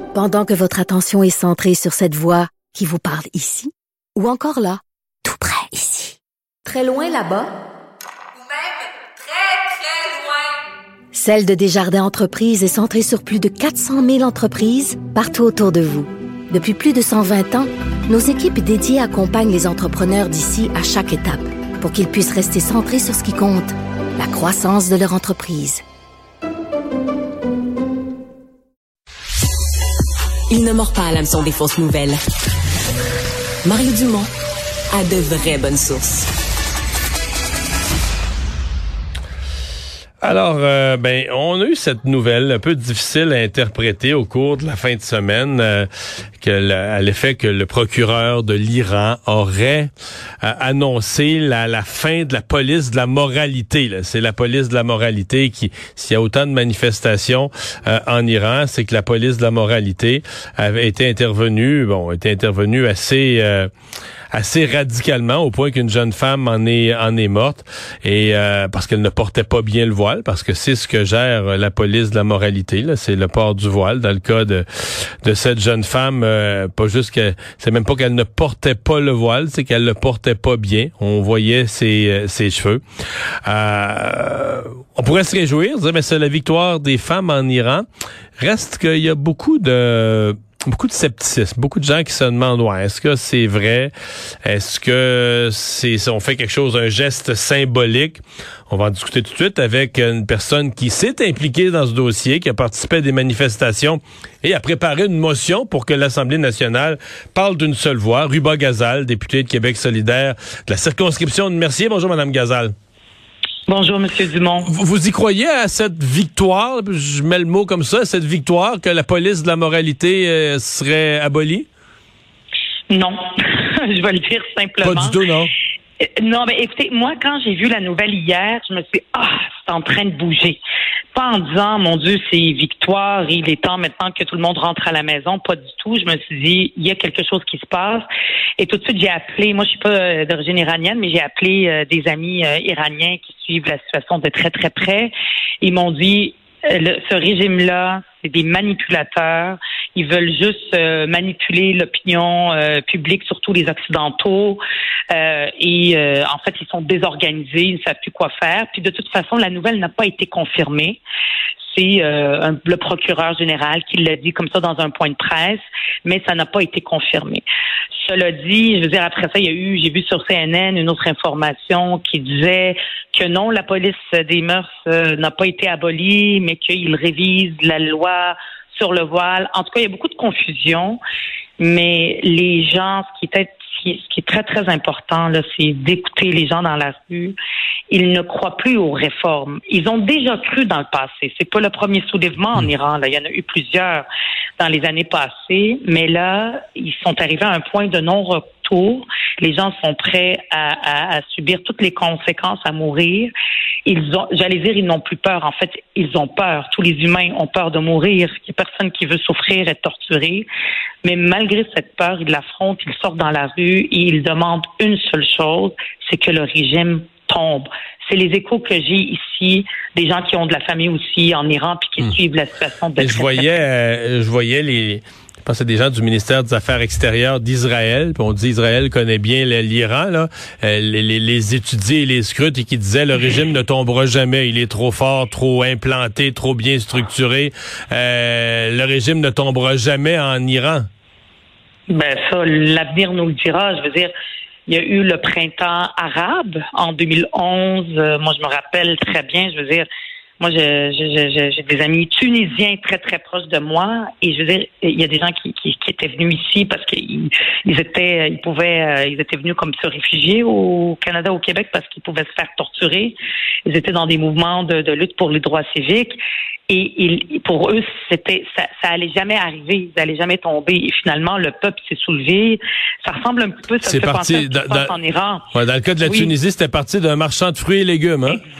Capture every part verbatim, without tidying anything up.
Pendant que votre attention est centrée sur cette voix qui vous parle ici, ou encore là, tout près ici, très loin là-bas, ou même très, très loin, Celle de Desjardins Entreprises est centrée sur plus de quatre cent mille entreprises partout autour de vous. Depuis plus de cent vingt ans, nos équipes dédiées accompagnent les entrepreneurs d'ici à chaque étape pour qu'ils puissent rester centrés sur ce qui compte, la croissance de leur entreprise. Il ne mord pas à l'hameçon des fausses nouvelles. Mario Dumont a de vraies bonnes sources. Alors, euh, ben, on a eu cette nouvelle un peu difficile à interpréter au cours de la fin de semaine, euh, que la, à l'effet que le procureur de l'Iran aurait euh, annoncé la, la fin de la police de la moralité. Là. C'est la police de la moralité qui, s'il y a autant de manifestations euh, en Iran, c'est que la police de la moralité avait été intervenue, bon, était intervenue assez... Euh, assez radicalement au point qu'une jeune femme en est en est morte et euh, parce qu'elle ne portait pas bien le voile, parce que c'est ce que gère la police de la moralité, là, c'est le port du voile dans le cas de de cette jeune femme, euh, pas juste que c'est même pas qu'elle ne portait pas le voile, c'est qu'elle le portait pas bien, on voyait ses ses cheveux. Euh, on pourrait se réjouir, dire mais c'est la victoire des femmes en Iran. Reste qu'il y a beaucoup de Beaucoup de scepticisme, beaucoup de gens qui se demandent ouais, est-ce que c'est vrai? Est-ce que c'est on fait quelque chose, un geste symbolique? On va en discuter tout de suite avec une personne qui s'est impliquée dans ce dossier, qui a participé à des manifestations et a préparé une motion pour que l'Assemblée nationale parle d'une seule voix. Ruba Gazal, députée de Québec solidaire de la circonscription de Mercier. Bonjour, Madame Gazal. Bonjour, Monsieur Dumont. Vous, vous y croyez à cette victoire, je mets le mot comme ça, cette victoire, que la police de la moralité euh, serait abolie? Non. Je vais le dire simplement. Pas du tout, non? Euh, non, mais écoutez, moi, quand j'ai vu la nouvelle hier, je me suis dit, ah, c'est en train de bouger. Pas en disant, mon Dieu, c'est victoire, il est temps maintenant que tout le monde rentre à la maison. Pas du tout. Je me suis dit, il y a quelque chose qui se passe. Et tout de suite, j'ai appelé, moi, je suis pas euh, d'origine iranienne, mais j'ai appelé euh, des amis euh, iraniens qui suivent la situation de très, très près. Ils m'ont dit, euh, le, ce régime-là, c'est des manipulateurs. Ils veulent juste euh, manipuler l'opinion euh, publique, surtout les Occidentaux. Euh, et euh, en fait, ils sont désorganisés, ils ne savent plus quoi faire. Puis de toute façon, la nouvelle n'a pas été confirmée. C'est euh, un, le procureur général qui l'a dit comme ça dans un point de presse, mais ça n'a pas été confirmé. Cela dit, je veux dire, après ça, il y a eu, j'ai vu sur C N N une autre information qui disait que non, la police des mœurs euh, n'a pas été abolie, mais qu'ils révisent la loi sur le voile. En tout cas, il y a beaucoup de confusion, mais les gens, ce qui est Ce qui, est, ce qui est très, très important, là, c'est d'écouter les gens dans la rue. Ils ne croient plus aux réformes. Ils ont déjà cru dans le passé. C'est pas le premier soulèvement en Iran. Là. Il y en a eu plusieurs dans les années passées. Mais là, ils sont arrivés à un point de non-retour. Les gens sont prêts à, à, à subir toutes les conséquences, à mourir. Ils ont, j'allais dire, ils n'ont plus peur. En fait, ils ont peur. Tous les humains ont peur de mourir. Il n'y a personne qui veut souffrir, être torturé. Mais malgré cette peur, ils l'affrontent, ils sortent dans la rue et ils demandent une seule chose, c'est que le régime tombe. C'est les échos que j'ai ici, des gens qui ont de la famille aussi en Iran puis qui mmh. suivent la situation de Et je voyais, euh, je voyais les... Je pense que c'est des gens du ministère des Affaires extérieures d'Israël, puis on dit Israël connaît bien l'Iran, là, euh, les, les, les étudier et les scrutent et qui disaient le régime ne tombera jamais, il est trop fort, trop implanté, trop bien structuré, euh, le régime ne tombera jamais en Iran. Ben ça, l'avenir nous le dira, je veux dire. Il y a eu le printemps arabe en deux mille onze, euh, moi je me rappelle très bien, je veux dire, moi, je, je, je, j'ai des amis tunisiens très, très proches de moi. Et je veux dire, il y a des gens qui, qui, qui étaient venus ici parce qu'ils ils étaient, ils pouvaient, ils étaient venus comme se réfugier au Canada, au Québec, parce qu'ils pouvaient se faire torturer. Ils étaient dans des mouvements de, de lutte pour les droits civiques. Et, et pour eux, c'était, ça, ça allait jamais arriver, ils allaient jamais tomber. Et finalement, le peuple s'est soulevé. Ça ressemble un petit peu, ça c'est se fait parti penser à ce qui se passe dans, en Iran. Ouais, dans le cas de la oui. Tunisie, c'était parti d'un marchand de fruits et légumes, hein? Exact.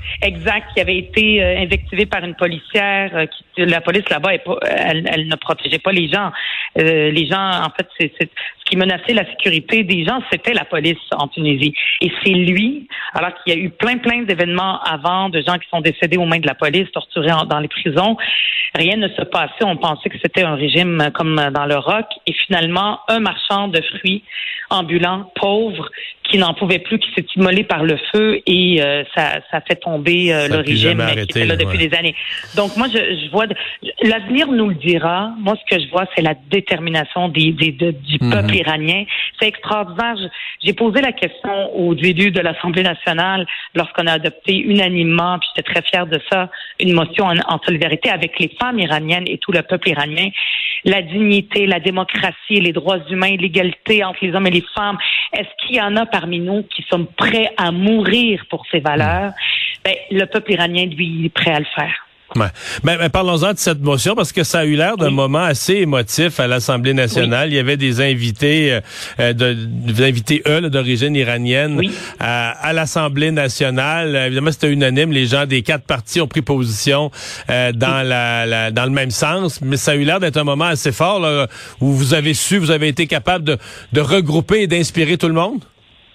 Exact, qui avait été euh, invectivée par une policière. Euh, qui, la police là-bas, elle, elle, elle ne protégeait pas les gens. Euh, les gens, en fait, c'est, c'est ce qui menaçait la sécurité des gens, c'était la police en Tunisie. Et c'est lui, alors qu'il y a eu plein, plein d'événements avant, de gens qui sont décédés aux mains de la police, torturés en, dans les prisons. Rien ne se passait. On pensait que c'était un régime comme dans le rock. Et finalement, un marchand de fruits ambulant, pauvre, qui n'en pouvait plus, qui s'est immolé par le feu et euh, ça, ça fait tomber euh, le régime arrêté, qui était là depuis ouais. des années. Donc moi, je, je vois, l'avenir nous le dira. Moi, ce que je vois, c'est la détermination des, des, de, du mm-hmm. peuple iranien. C'est extraordinaire. Je, j'ai posé la question au début de l'Assemblée nationale lorsqu'on a adopté unanimement, puis j'étais très fière de ça, une motion en, en solidarité avec les femmes iraniennes et tout le peuple iranien. La dignité, la démocratie, les droits humains, l'égalité entre les hommes et les femmes. Est-ce qu'il y en a parmi nous qui sommes prêts à mourir pour ces valeurs? Ben, le peuple iranien, lui, il est prêt à le faire. Ouais. Ben, ben, parlons-en de cette motion parce que ça a eu l'air d'un oui. moment assez émotif à l'Assemblée nationale. Oui. Il y avait des invités, euh, de, des invités eux là, d'origine iranienne oui. à, à l'Assemblée nationale. Évidemment, c'était unanime. Les gens des quatre partis ont pris position euh, dans oui. la, la dans le même sens. Mais ça a eu l'air d'être un moment assez fort là, où vous avez su, vous avez été capable de, de regrouper et d'inspirer tout le monde.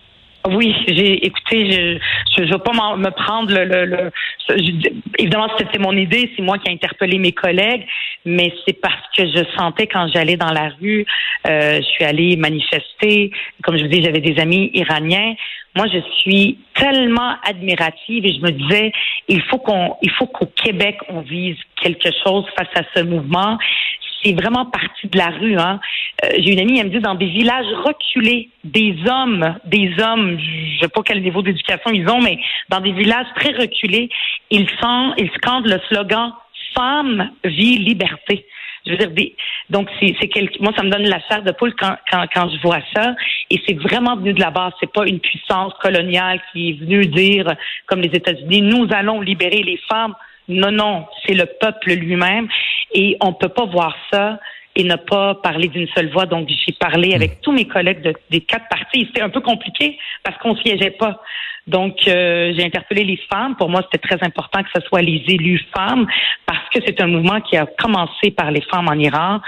Oui, j'ai écoutez, je je, je veux pas me prendre le, le, le je, évidemment c'était mon idée, c'est moi qui ai interpellé mes collègues, mais c'est parce que je sentais quand j'allais dans la rue, euh, je suis allée manifester, comme je vous dis, j'avais des amis iraniens. Moi, je suis tellement admirative et je me disais, il faut qu'on, il faut qu'au Québec on vise quelque chose face à ce mouvement. C'est vraiment parti de la rue, hein. Euh, j'ai une amie, elle me dit, dans des villages reculés, des hommes, des hommes, je sais pas quel niveau d'éducation ils ont, mais dans des villages très reculés, ils sont, ils scandent le slogan « Femme, vie, liberté ». Je veux dire, des, donc c'est, c'est quelque, moi ça me donne la chair de poule quand, quand, quand je vois ça, et c'est vraiment venu de la base. C'est pas une puissance coloniale qui est venue dire, comme les États-Unis, nous allons libérer les femmes. Non, non, c'est le peuple lui-même, et on peut pas voir ça et ne pas parler d'une seule voix. Donc, j'ai parlé avec tous mes collègues de, des quatre partis. C'était un peu compliqué parce qu'on siégeait pas. Donc, euh, j'ai interpellé les femmes. Pour moi, c'était très important que ce soit les élus femmes parce que c'est un mouvement qui a commencé par les femmes en Iran.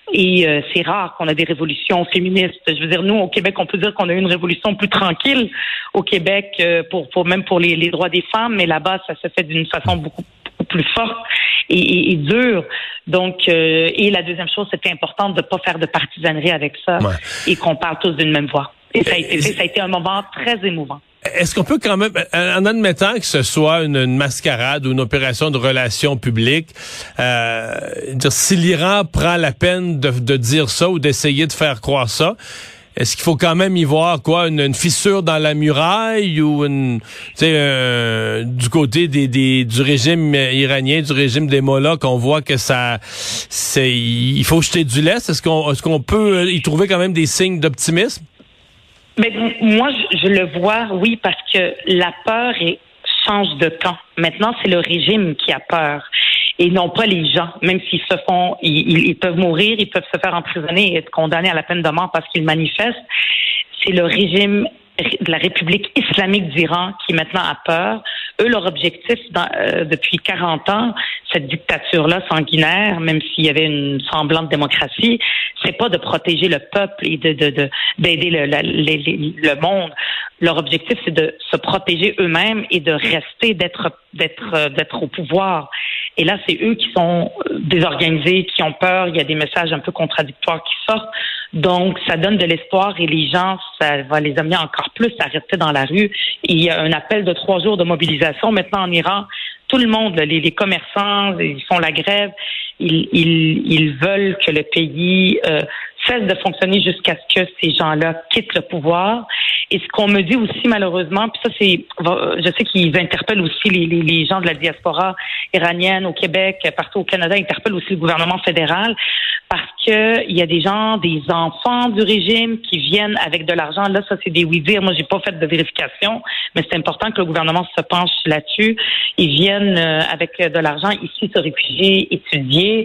Et euh, c'est rare qu'on a des révolutions féministes. Je veux dire, nous, au Québec, on peut dire qu'on a eu une révolution plus tranquille au Québec, euh, pour, pour même pour les, les droits des femmes, mais là-bas, ça se fait d'une façon beaucoup plus forte et, et, et dure. Donc, euh, et la deuxième chose, c'était important de ne pas faire de partisanerie avec ça ouais. et qu'on parle tous d'une même voix. Et ça a été, ça a été un moment très émouvant. Est-ce qu'on peut quand même, en admettant que ce soit une, une mascarade ou une opération de relations publiques, euh, dire si l'Iran prend la peine de, de dire ça ou d'essayer de faire croire ça, est-ce qu'il faut quand même y voir quoi, une, une fissure dans la muraille ou une, tu sais, euh, du côté des, des du régime iranien, du régime des mollahs, qu'on voit que ça, c'est, il faut jeter du lest. Est-ce qu'on, est-ce qu'on peut y trouver quand même des signes d'optimisme? Mais moi, je, je le vois, oui, parce que la peur est, change de camp. Maintenant, c'est le régime qui a peur. Et non pas les gens, même s'ils se font, ils, ils peuvent mourir, ils peuvent se faire emprisonner et être condamnés à la peine de mort parce qu'ils manifestent. C'est le régime de la République islamique d'Iran qui maintenant a peur. Eux, leur objectif dans, euh, depuis quarante ans, cette dictature-là sanguinaire, même s'il y avait une semblante démocratie, c'est pas de protéger le peuple et de, de, de d'aider le, le, le, le monde. Leur objectif, c'est de se protéger eux-mêmes et de rester, d'être, d'être, d'être au pouvoir. Et là, c'est eux qui sont désorganisés, qui ont peur. Il y a des messages un peu contradictoires qui sortent. Donc, ça donne de l'espoir et les gens, ça va les amener encore plus à rester dans la rue. Il y a un appel de trois jours de mobilisation maintenant en Iran. Tout le monde, les, les commerçants, ils font la grève. Ils, ils, ils veulent que le pays euh, cesse de fonctionner jusqu'à ce que ces gens-là quittent le pouvoir. Et ce qu'on me dit aussi, malheureusement, puis ça, c'est, je sais qu'ils interpellent aussi les, les, les gens de la diaspora iranienne au Québec, partout au Canada, ils interpellent aussi le gouvernement fédéral, parce que il y a des gens, des enfants du régime qui viennent avec de l'argent. Là, ça, c'est des oui-dire. Moi, j'ai pas fait de vérification, mais c'est important que le gouvernement se penche là-dessus. Ils viennent avec de l'argent ici se réfugier, étudier.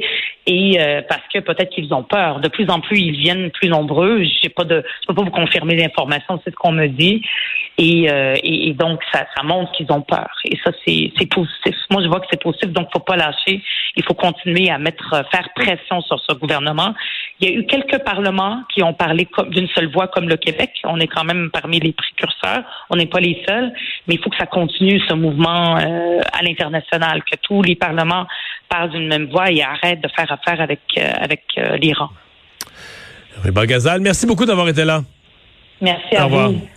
et euh, parce que peut-être qu'ils ont peur. De plus en plus, ils viennent plus nombreux. J'ai pas de, je peux pas vous confirmer l'information, c'est ce qu'on me dit, et, euh, et, et donc ça, ça montre qu'ils ont peur. Et ça, c'est, c'est positif. Moi, je vois que c'est positif, donc faut pas lâcher. Il faut continuer à mettre, faire pression sur ce gouvernement. Il y a eu quelques parlements qui ont parlé comme, d'une seule voix, comme le Québec. On est quand même parmi les précurseurs. On n'est pas les seuls, mais il faut que ça continue, ce mouvement euh, à l'international, que tous les parlements parlent d'une même voix et arrêtent de faire affaire avec, euh, avec euh, l'Iran. Rima Ghazal, merci beaucoup d'avoir été là. Merci à vous. Au revoir. vous.